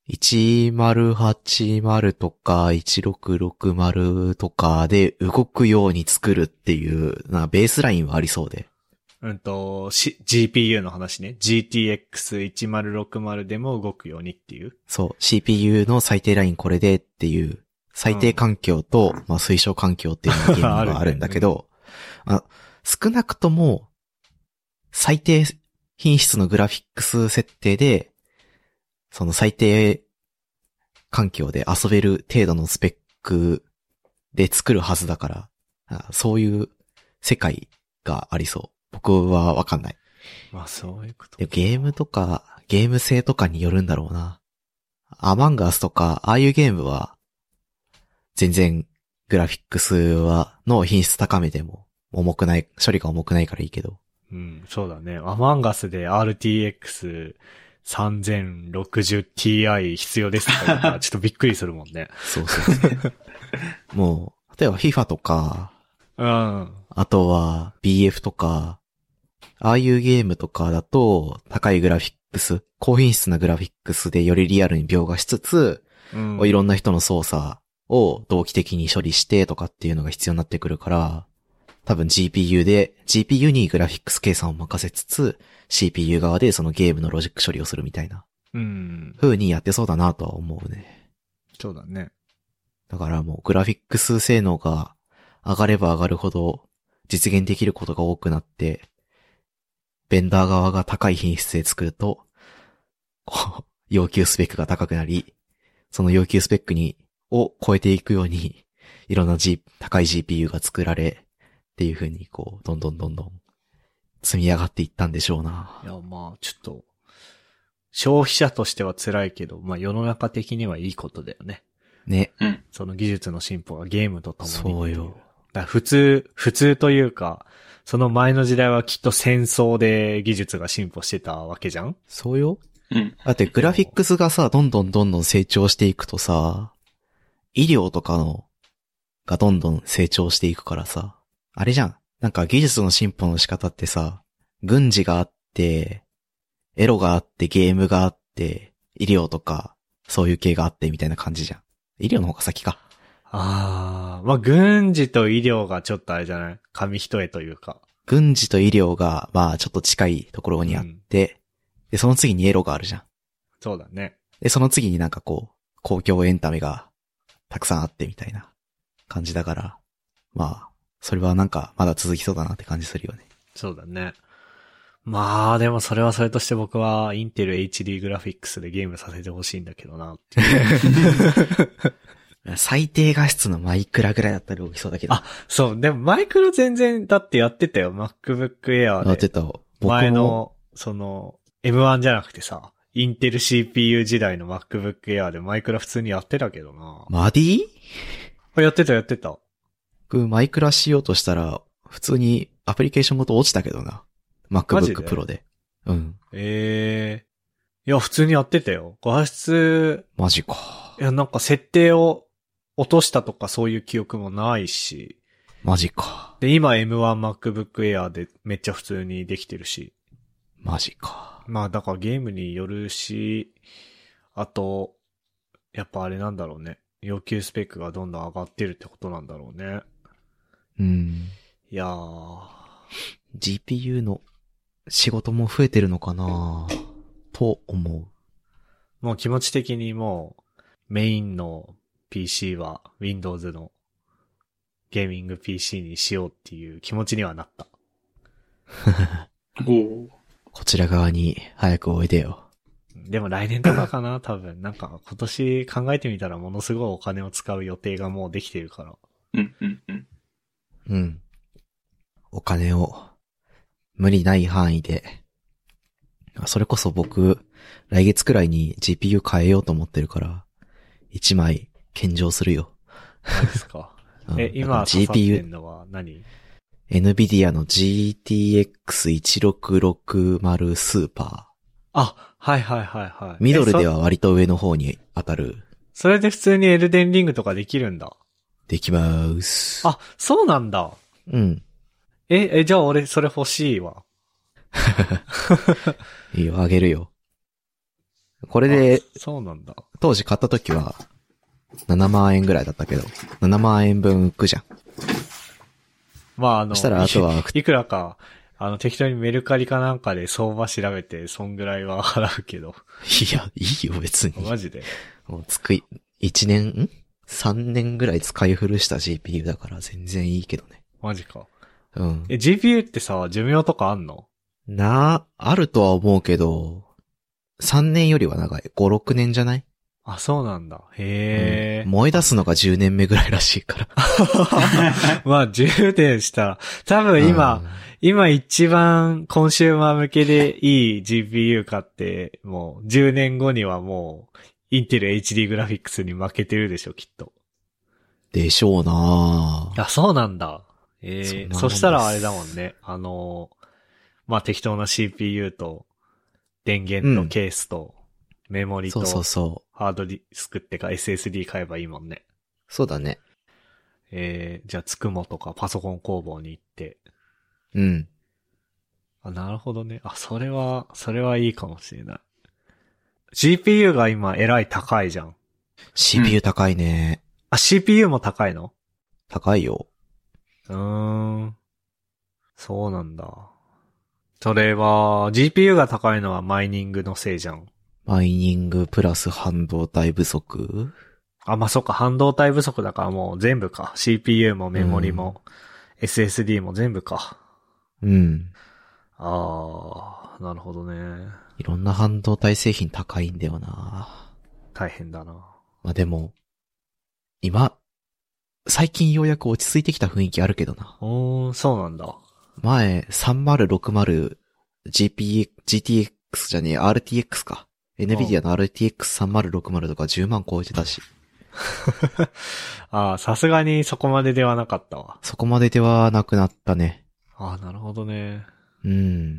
いちまるはちまるとかいちろくろくまるとかで動くように作るっていう、なベースラインはありそうで。 うんと、C、ジーピーユー の話ね。ジーティーエックスいちまるろくまる でも動くようにっていう。 そう。シーピーユー の最低ラインこれでっていう、最低環境と、うん、まあ推奨環境っていうのがゲームがあるんだけど、あ、ねうん、あ、少なくとも、最低品質のグラフィックス設定で、その最低環境で遊べる程度のスペックで作るはずだから、そういう世界がありそう。僕はわかんない。 まあそういうこと。 でゲームとか、ゲーム性とかによるんだろうな。アマンガスとか、ああいうゲームは、全然グラフィックスは、の品質高めても、重くない、処理が重くないからいいけど。 うん、そうだね。アマンガスで アールティーエックスさんぜんろくじゅうティーアイ 必要ですとか言ったらちょっとびっくりするもんね。 そうそうそう。もう、例えば FIFA とか、 うん。 あとは ビーエフ とか、ああいうゲームとかだと、高いグラフィックス、高品質なグラフィックスでよりリアルに描画しつつ、うん、いろんな人の操作を同期的に処理してとかっていうのが必要になってくるから、多分 ジーピーユー で、ジーピーユー にグラフィックス計算を任せつつ、シーピーユー 側でそのゲームのロジック処理をするみたいな。うん。風にやってそうだなとは思うね。 そうだね。 だからもうグラフィックス性能が上がれば上がるほど実現できることが多くなって、ベンダー側が高い品質で作ると、こう、要求スペックが高くなり、その要求スペックに、を超えていくように、いろんな G、高い ジーピーユー が作られ、っていう風にこう、どんどんどんどん積み上がっていったんでしょうな。 いや、まあ、ちょっと、消費者としては辛いけど、まあ世の中的にはいいことだよね。 ね。 うん。 その技術の進歩がゲームとともに。 そうよ。 だから普通、普通というか、その前の時代はきっと戦争で技術が進歩してたわけじゃん？ そうよ。 うん。 だってグラフィックスがさ、どんどんどんどん成長していくとさ、医療とかの、がどんどん成長していくからさ、あれじゃん。なんか技術の進歩の仕方ってさ、軍事があって、エロがあって、ゲームがあって、医療とか、そういう系があってみたいな感じじゃん。医療の方が先か。 ああ、まあ、軍事と医療がちょっとあれじゃない紙一重というか。 軍事と医療が、まあちょっと近いところにあって、うん、で、その次にエロがあるじゃん。 そうだね。 で、その次になんかこう、公共エンタメがたくさんあってみたいな感じだから、まあ、それはなんかまだ続きそうだなって感じするよね。 そうだね。まあ、でもそれはそれとして僕はインテル エイチディー グラフィックスでゲームさせてほしいんだけどなって最低画質のマイクラぐらいだったら大きそうだけど。 あ、そう。でもマイクラ全然だってやってたよ。MacBook Air で。 やってた。 前の、その、エムワン じゃなくてさ、インテル シーピーユー 時代の MacBook Air でマイクラ普通にやってたけどな。 マディやってたやってた。 僕マイクラしようとしたら、普通にアプリケーションごと落ちたけどな。MacBook Pro で。うん。 ええー。いや、普通にやってたよ。画質。 マジか。 いや、なんか設定を落としたとかそういう記憶もないし。 マジか。 で、今 エムワン MacBook Air でめっちゃ普通にできてるし。 マジか。 まあ、だからゲームによるし、あと、やっぱあれなんだろうね。要求スペックがどんどん上がってるってことなんだろうね。 うん。 いやー。 ジーピーユー の仕事も増えてるのかなと思う。 もう気持ち的にもうメインの ピーシー は Windows のゲーミング ピーシー にしようっていう気持ちにはなった。 おこちら側に早くおいでよ。 でも来年とかかな多分。なんか今年考えてみたらものすごいお金を使う予定がもうできてるから。 うんうんうん。 うん。お金を無理ない範囲で。それこそ僕、来月くらいに ジーピーユー 変えようと思ってるから、一枚献上するよ。 何ですかえ、今刺さってんのは何？ NVIDIA の ジーティーエックスいちろくろくまる スーパー。 あ、はいはいはいはい。 ミドルでは割と上の方に当たる。 それで普通にエルデンリングとかできるんだ。 できまーす。 あ、そうなんだ。 うん。 え、え、じゃあ俺それ欲しいわ。 いいよ、あげるよ。 これで、 そうなんだ。 当時買った時は、ななまんえんぐらいだったけど、ななまんえんぶん浮くじゃん。 まああの、 そしたらあとは、 いくらか、あの適当にメルカリかなんかで相場調べて、そんぐらいは払うけど。 いや、いいよ別に。 マジで。 もうつくい、いちねん、ん ?さん 年ぐらい使い古した ジーピーユー だから全然いいけどね。 マジか。 うん。 え、ジーピーユー ってさ、寿命とかあんの？ な、あるとは思うけど、さんねんよりは長い。ご、ろくねんじゃない？ あ、そうなんだ。へー、 うん。燃え出すのがじゅうねんめぐらいらしいから。 まあ、じゅうねんしたら、多分今、うん、今一番コンシューマー向けでいい ジーピーユー 買って、もうじゅうねんごにはもう、インテル エイチディー グラフィックスに負けてるでしょ、きっと。 でしょうなぁ。 あ、そうなんだ。ええー、そしたらあれだもんね。あの、まあ、適当な シーピーユー と、電源とケースと、メモリと、 そうそうそう。 ハードディスクってか エスエスディー 買えばいいもんね。 そうだね。 えー、じゃあ、つくもとかパソコン工房に行って。 うん。 あ、なるほどね。あ、それは、それはいいかもしれない。ジーピーユー が今えらい高いじゃん。 シーピーユー 高いね、うん。 あ、シーピーユー も高いの？ 高いよ。 うーん。そうなんだ。それは、ジーピーユー が高いのはマイニングのせいじゃん。 マイニングプラス半導体不足？ あ、まあ、そっか、半導体不足だからもう全部か。シーピーユー もメモリも、うん、エスエスディー も全部か。 うん。 あー、なるほどね。 いろんな半導体製品高いんだよな。 大変だな。 まあ、でも、今、最近ようやく落ち着いてきた雰囲気あるけどな。 うーん、そうなんだ。 前、さんまるろくまる ジーピー、ジーティーエックス じゃねえ、アールティーエックス か。エヌビディア の アールティーエックスさんまるろくまる とかじゅうまん超えてたし。 ああ、さすがにそこまでではなかったわ。 そこまでではなくなったね。 ああ、なるほどね。 うん。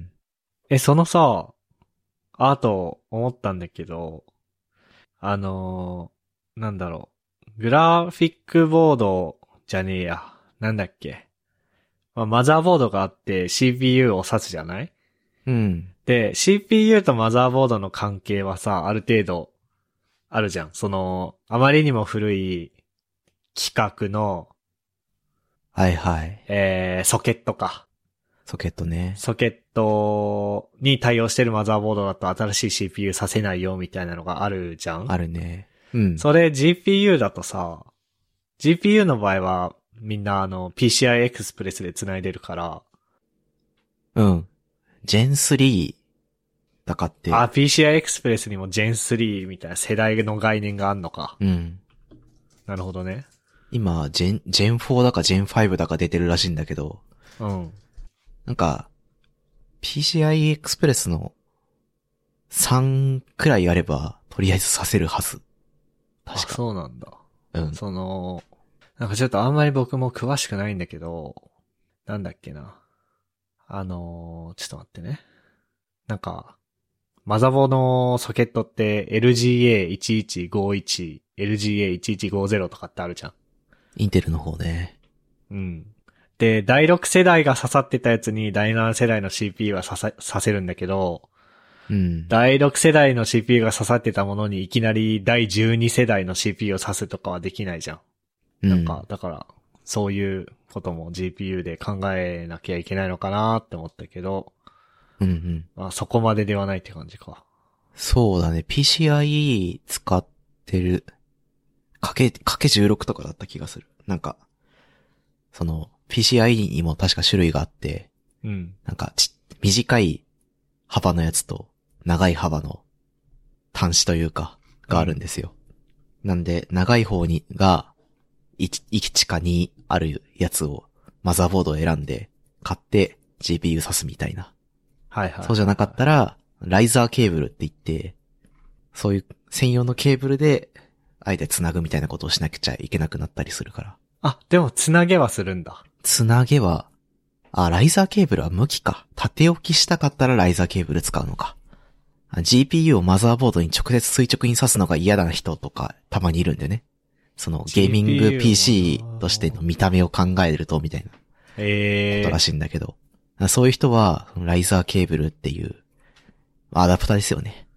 え、そのさ、あと思ったんだけど、あのー、なんだろう。グラフィックボードじゃねえや。なんだっけ。まあ、マザーボードがあって シーピーユー を指すじゃない？ うん。 で、シーピーユー とマザーボードの関係はさ、ある程度あるじゃん。その、あまりにも古い規格の、 はいはい。 えー、ソケットか。 ソケットね。 ソケットに対応してるマザーボードだと新しい シーピーユー させないよみたいなのがあるじゃん。 あるね。うん。 それ ジーピーユー だとさ、ジーピーユー の場合はみんなあの ピーシーアイ エクスプレスで繋いでるから。 うん。ジェンスリー だかって。 あ、ピーシーアイ エクスプレスにも ジェンスリー みたいな世代の概念があんのか。 うん。 なるほどね。 今、ジェン、ジェンフォーだかジェンファイブだか出てるらしいんだけど。 うん。 なんか、ピーシーアイ エクスプレスのさんくらいあれば、とりあえずさせるはず。確か。 あ、そうなんだ。 うん。 その、なんかちょっとあんまり僕も詳しくないんだけど、なんだっけな。あのー、ちょっと待ってね。なんか、マザボのソケットって エルジーエーいちいちごいち、エルジーエーいちいちごゼロ とかってあるじゃん。 インテルの方ね。 うん。で、だいろく世代が刺さってたやつにだいなな世代の シーピーユー は刺さ、刺せるんだけど、 うん。 だいろく世代の シーピーユー が刺さってたものにいきなりだいじゅうに世代の シーピーユー を刺すとかはできないじゃん。 うん、 なんか、だから、そういうことも ジーピーユー で考えなきゃいけないのかなって思ったけど、 うんうん。 まあそこまでではないって感じか。 そうだね。ピーシーアイ 使ってる、かけ、かけじゅうろくとかだった気がする。なんか、その、ピーシーアイ にも確か種類があって、 うん。 なんかち、短い幅のやつと、長い幅の端子というか、があるんですよ。うん、なんで、長い方に、が、いち、いちかにあるやつを、マザーボードを選んで、買って、ジーピーユー 挿すみたいな。 はいはい。 そうじゃなかったら、ライザーケーブルって言って、そういう専用のケーブルで、あえて繋ぐみたいなことをしなくちゃいけなくなったりするから。 あ、でも繋げはするんだ。 繋げは、あ、ライザーケーブルは向きか。縦置きしたかったらライザーケーブル使うのか。ジーピーユー をマザーボードに直接垂直に挿すのが嫌な人とかたまにいるんでね。そのゲーミング ピーシー としての見た目を考えるとみたいなことらしいんだけど、そういう人はライザーケーブルっていうアダプターですよね。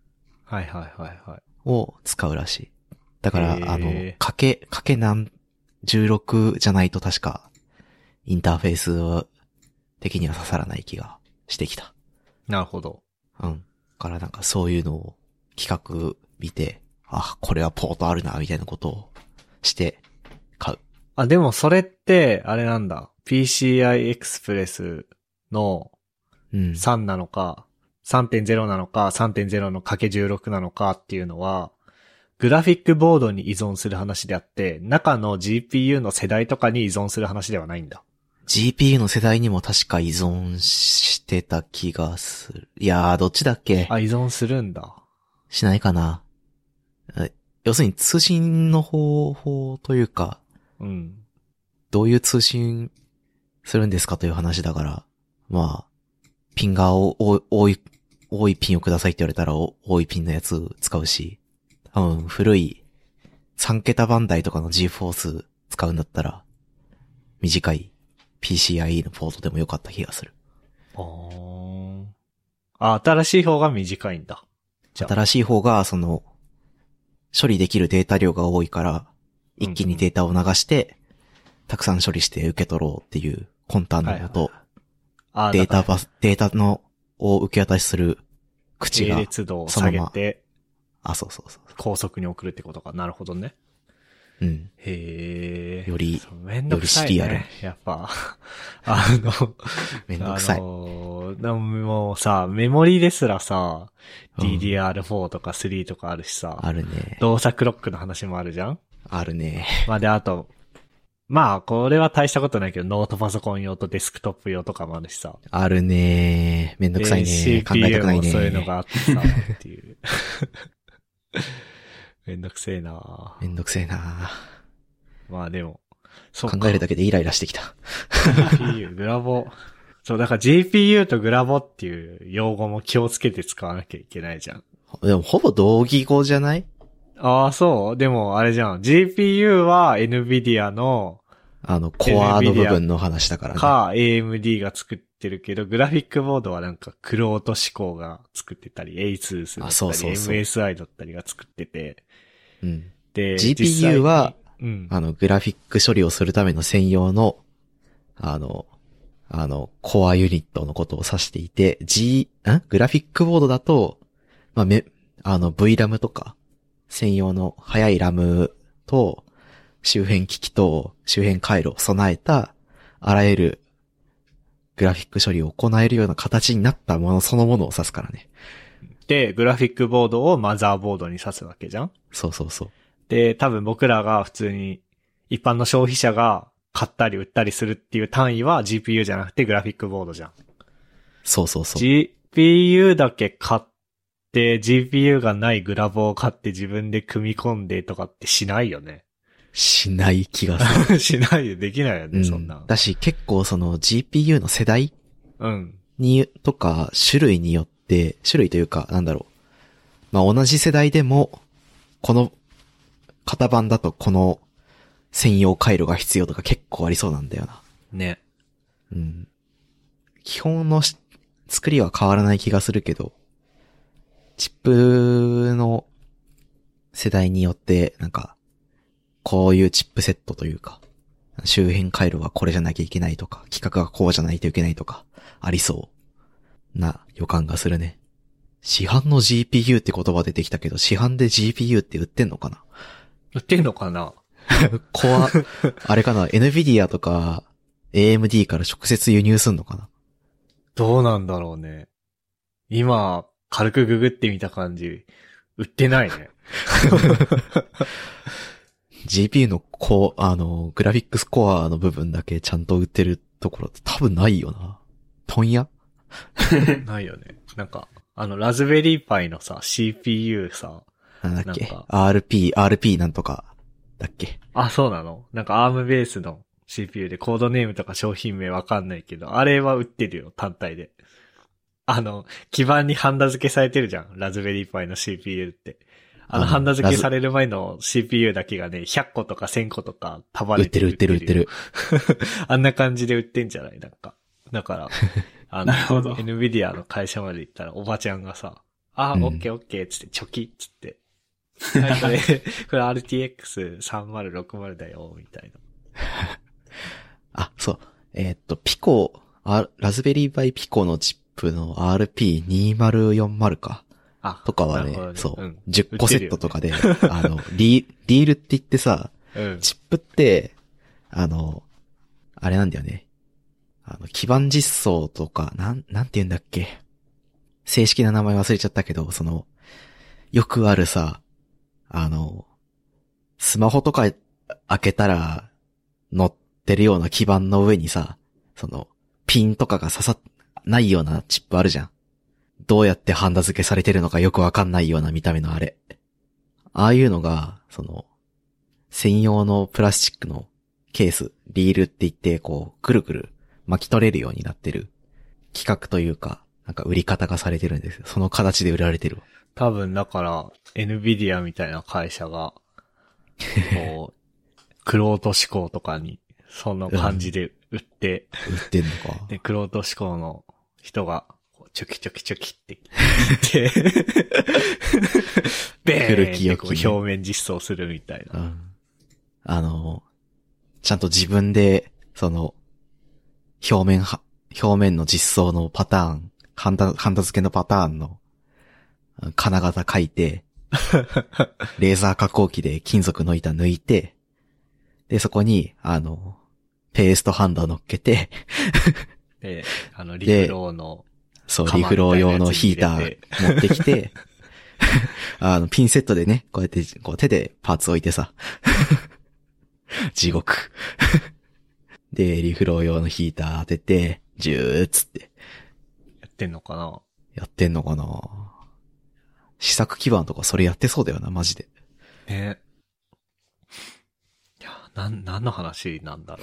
はいはいはいはい。 を使うらしい。だから、 へーあの、かけ、かけ何、じゅうろくじゃないと確か、インターフェース的には刺さらない気がしてきた。 なるほど。 うん。だからなんかそういうのを企画見て、あ、これはポートあるな、みたいなことをして買う。 あ、でもそれって、あれなんだ。ピーシーアイ Express のうん。 さんなのか、さんてんゼロ なのか、さんてんゼロ の かけじゅうろく なのかっていうのは、グラフィックボードに依存する話であって、中の ジーピーユー の世代とかに依存する話ではないんだ。 ジーピーユー の世代にも確か依存してた気がする。いやー、どっちだっけ？ あ、依存するんだ。 しないかな。要するに通信の方法というか、 うん。 どういう通信するんですかという話だから、まあ、ピンが多い、多いピンをくださいって言われたら多いピンのやつ使うし、多分古いさん桁番台とかの G-Force 使うんだったら、短い ピーシーアイ のポートでもよかった気がする。 あー。あ、新しい方が短いんだ。じゃあ新しい方が、その、処理できるデータ量が多いから、一気にデータを流して、うんうん、たくさん処理して受け取ろうっていう魂胆のもと、はいはい、データバス、データの、を受け渡しする口が、 並列度を下げて、 あ、そうそうそう。 高速に送るってことか。なるほどね。 うん。 へー。 より、 めんどくさいね、よりシリアル。やっぱ、あの、 めんどくさい。 あの、でももうさ、メモリですらさ、ディーディーアールフォー とかスリーとかあるしさ、 あるね。 動作クロックの話もあるじゃん？ あるね。 まあで、あと、まあ、これは大したことないけど、ノートパソコン用とデスクトップ用とかもあるしさ。 あるね。めんどくさいね。考えたくないね。 そういうのがあってさ、っていう。めんどくせえなめんどくせえなまあでも、 そう考えるだけでイライラしてきた。 ジーピーユー、グラボ。そう、だから ジーピーユー とグラボっていう用語も気をつけて使わなきゃいけないじゃん。 でもほぼ同義語じゃない？ ああ、そう？でもあれじゃん。ジーピーユー は NVIDIA の、 あの、コアの部分の話だからね。 か エーエムディー が作ってるけど、グラフィックボードはなんかクロート思考が作ってたり、エイスース だったり、 そうそうそうエムエスアイ だったりが作ってて。 うん。 で、 ジーピーユー は、 うん、 あの、グラフィック処理をするための専用の、あの、あの、コアユニットのことを指していて、G、んグラフィックボードだと、まあ、め、あの、ブイラム とか、専用の速いラムと、周辺機器と周辺回路を備えた、あらゆるグラフィック処理を行えるような形になったものそのものを指すからね。 で、グラフィックボードをマザーボードに指すわけじゃん？ そうそうそう。 で、多分僕らが普通に一般の消費者が買ったり売ったりするっていう単位は ジーピーユー じゃなくてグラフィックボードじゃん。 そうそうそう。 ジーピーユー だけ買って、ジーピーユー がないグラボを買って自分で組み込んでとかってしないよね。 しない気がする。 しないよ。できないよね、 うん、 そんな。 だし結構その ジーピーユー の世代うん。 に、とか種類によって、種類というかなんだろう。まあ同じ世代でも、この型番だとこの専用回路が必要とか結構ありそうなんだよな。 ね。 うん。基本の作りは変わらない気がするけど、チップの世代によってなんか、こういうチップセットというか、周辺回路はこれじゃなきゃいけないとか、規格がこうじゃないといけないとか、ありそうな予感がするね。市販の ジーピーユー って言葉出てきたけど、市販で ジーピーユー って売ってんのかな？ 売ってんのかな？ コア、あれかな ?NVIDIA とか エーエムディー から直接輸入すんのかな？ どうなんだろうね。今、軽くググってみた感じ、売ってないね。 ジーピーユー のこう、あの、グラフィックスコアの部分だけちゃんと売ってるところって多分ないよな。問屋？ ないよね。なんか、あの、ラズベリーパイのさ、シーピーユー さ、 なんだっけ ?アールピー、アールピー なんとか、だっけ？ あ、そうなの？なんか アーム ベースの シーピーユー でコードネームとか商品名わかんないけど、あれは売ってるよ、単体で。あの、基板にハンダ付けされてるじゃん。ラズベリーパイの シーピーユー って。あの、ハンダ付けされる前の シーピーユー だけがね、ひゃっことかせんことか束ねて売ってる売ってる売ってる。 あんな感じで売ってんじゃないなんか。だから、あの、 なるほど。 NVIDIA の会社まで行ったらおばちゃんがさ、 あ、 うんオッケーオッケーつって、チョキっつって。はい、これ、これ アールティーエックスさんまるろくまる だよ、みたいな。 あ、そう。えーっと、ピコ、あラズベリーバイピコのチップの アールピーにせんよんじゅう か。 あ、 とかはね、 なるほどねそう、 うん、 じゅっこセットとかで、あの、リー、リールって言ってさ、 うん、 チップって、あの、あれなんだよね。あの、基盤実装とか、なん、なんて言うんだっけ。正式な名前忘れちゃったけど、その、よくあるさ、あの、スマホとか開けたら、乗ってるような基盤の上にさ、その、ピンとかが刺さっ、ないようなチップあるじゃん。どうやってハンダ付けされてるのかよくわかんないような見た目のあれ。ああいうのが、その、専用のプラスチックのケース、リールって言って、こう、くるくる巻き取れるようになってる企画というか、なんか売り方がされてるんですよ。その形で売られてる。 多分だから、エヌビディア みたいな会社が、こう、クロート志向とかに、そんな感じで売って、 うん、売ってんのか。 で、クロート志向の人が、チョキチョキチョキって言って、ベーンってこう表面実装するみたいな。 うん、あの、ちゃんと自分で、その、表面は、表面の実装のパターン、ハンダ、ハンダ付けのパターンの、金型書いて、レーザー加工機で金属の板抜いて、で、そこに、あの、ペーストハンダ乗っけて、 で、あの、リフローの、 そう、リフロー用のヒーター持ってきて、あの、ピンセットでね、こうやって、こう手でパーツ置いてさ、地獄。で、リフロー用のヒーター当てて、ジューっつって。 やってんのかなやってんのかな試作基板とかそれやってそうだよな、マジで。 ね。いや、なん、何の話なんだろ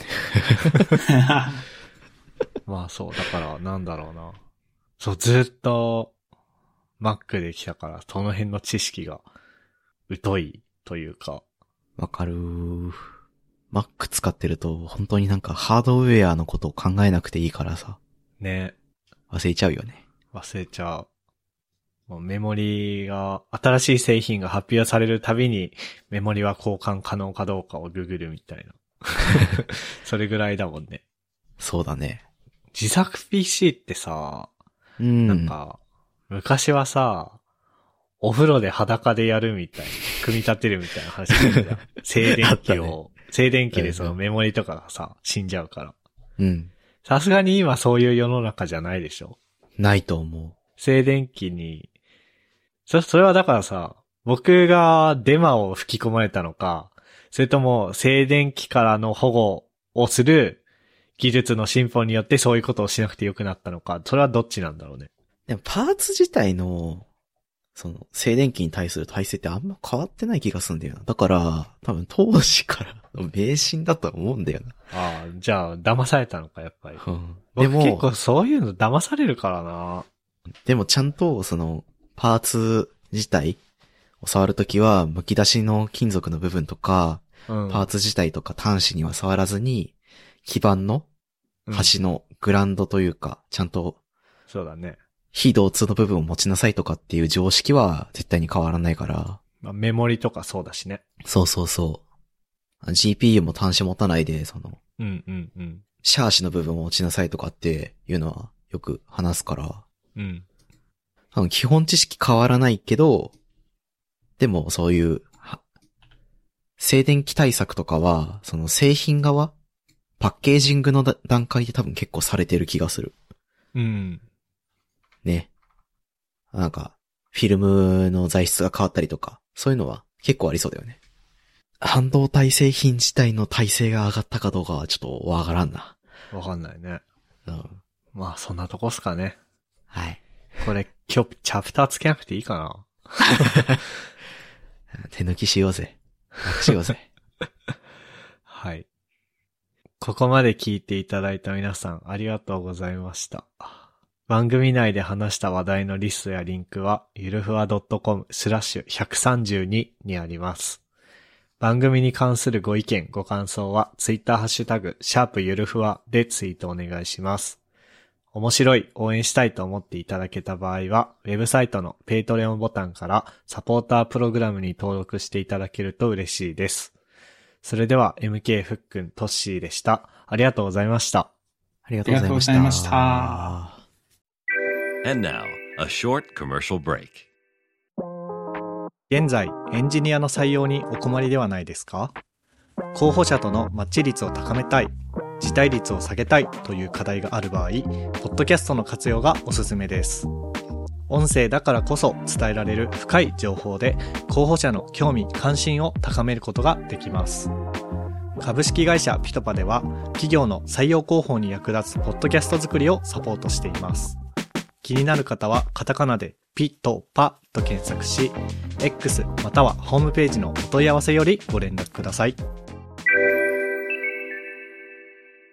う。まあそう、だから、なんだろうな。そう、ずっと、Mac で来たから、その辺の知識が、疎いというか。 わかるー。Mac 使ってると、本当になんかハードウェアのことを考えなくていいからさ。 ね。 忘れちゃうよね。 忘れちゃう。もうメモリが、新しい製品が発表されるたびに、メモリは交換可能かどうかをググるみたいな。それぐらいだもんね。 そうだね。 自作 ピーシー ってさ、 うん。 なんか、昔はさ、お風呂で裸でやるみたいな、組み立てるみたいな話だったじゃん。静電気を、ね、静電気でそのメモリとかがさ、死んじゃうから。 うん。 さすがに今そういう世の中じゃないでしょ。 ないと思う。 静電気に、そ、それはだからさ、僕がデマを吹き込まれたのか、それとも静電気からの保護をする技術の進歩によってそういうことをしなくてよくなったのか、それはどっちなんだろうね。 でもパーツ自体の、その、静電気に対する体制ってあんま変わってない気がするんだよな。だから、多分当時からの迷信だと思うんだよな。 ああ、じゃあ、騙されたのか、やっぱり。 うん、 でも、結構そういうの騙されるからな。 でもちゃんと、その、パーツ自体を触るときは、剥き出しの金属の部分とか、うん、パーツ自体とか端子には触らずに、基板の端のグランドというか、うん、ちゃんと、 そうだね。 非同通の部分を持ちなさいとかっていう常識は絶対に変わらないから。 まあ、メモリとかそうだしね。 そうそうそう。ジーピーユー も端子持たないで、その、 うんうんうん。 シャーシの部分を持ちなさいとかっていうのはよく話すから。 うん。 多分基本知識変わらないけど、でもそういう、静電気対策とかは、その製品側、パッケージングの段階で多分結構されてる気がする。 うん。 ね。なんか、フィルムの材質が変わったりとか、そういうのは結構ありそうだよね。半導体製品自体の耐性が上がったかどうかはちょっとわからんな。 わかんないね。 うん。 まあそんなとこっすかね。 はい。 これ今日チャプターつけなくていいかな。 手抜きしようぜ。楽しようぜ。 はい。ここまで聞いていただいた皆さんありがとうございました。番組内で話した話題のリストやリンクはゆるふわ .com スラッシュひゃくさんじゅうににあります。番組に関するご意見ご感想はツイッターハッシュタグシャープゆるふわでツイートお願いします。 面白い、応援したいと思っていただけた場合は、ウェブサイトのペイトレオンボタンからサポータープログラムに登録していただけると嬉しいです。それでは エムケー ふっくん、トッシーでした。ありがとうございました。 ありがとうございました。 ありがとうございました。 And now, a short commercial break. 現在、エンジニアの採用にお困りではないですか？候補者とのマッチ率を高めたい、辞退率を下げたいという課題がある場合、ポッドキャストの活用がおすすめです。音声だからこそ伝えられる深い情報で、候補者の興味関心を高めることができます。株式会社ピトパでは、企業の採用広報に役立つポッドキャスト作りをサポートしています。気になる方はカタカナでピトパと検索し、X またはホームページのお問い合わせよりご連絡ください。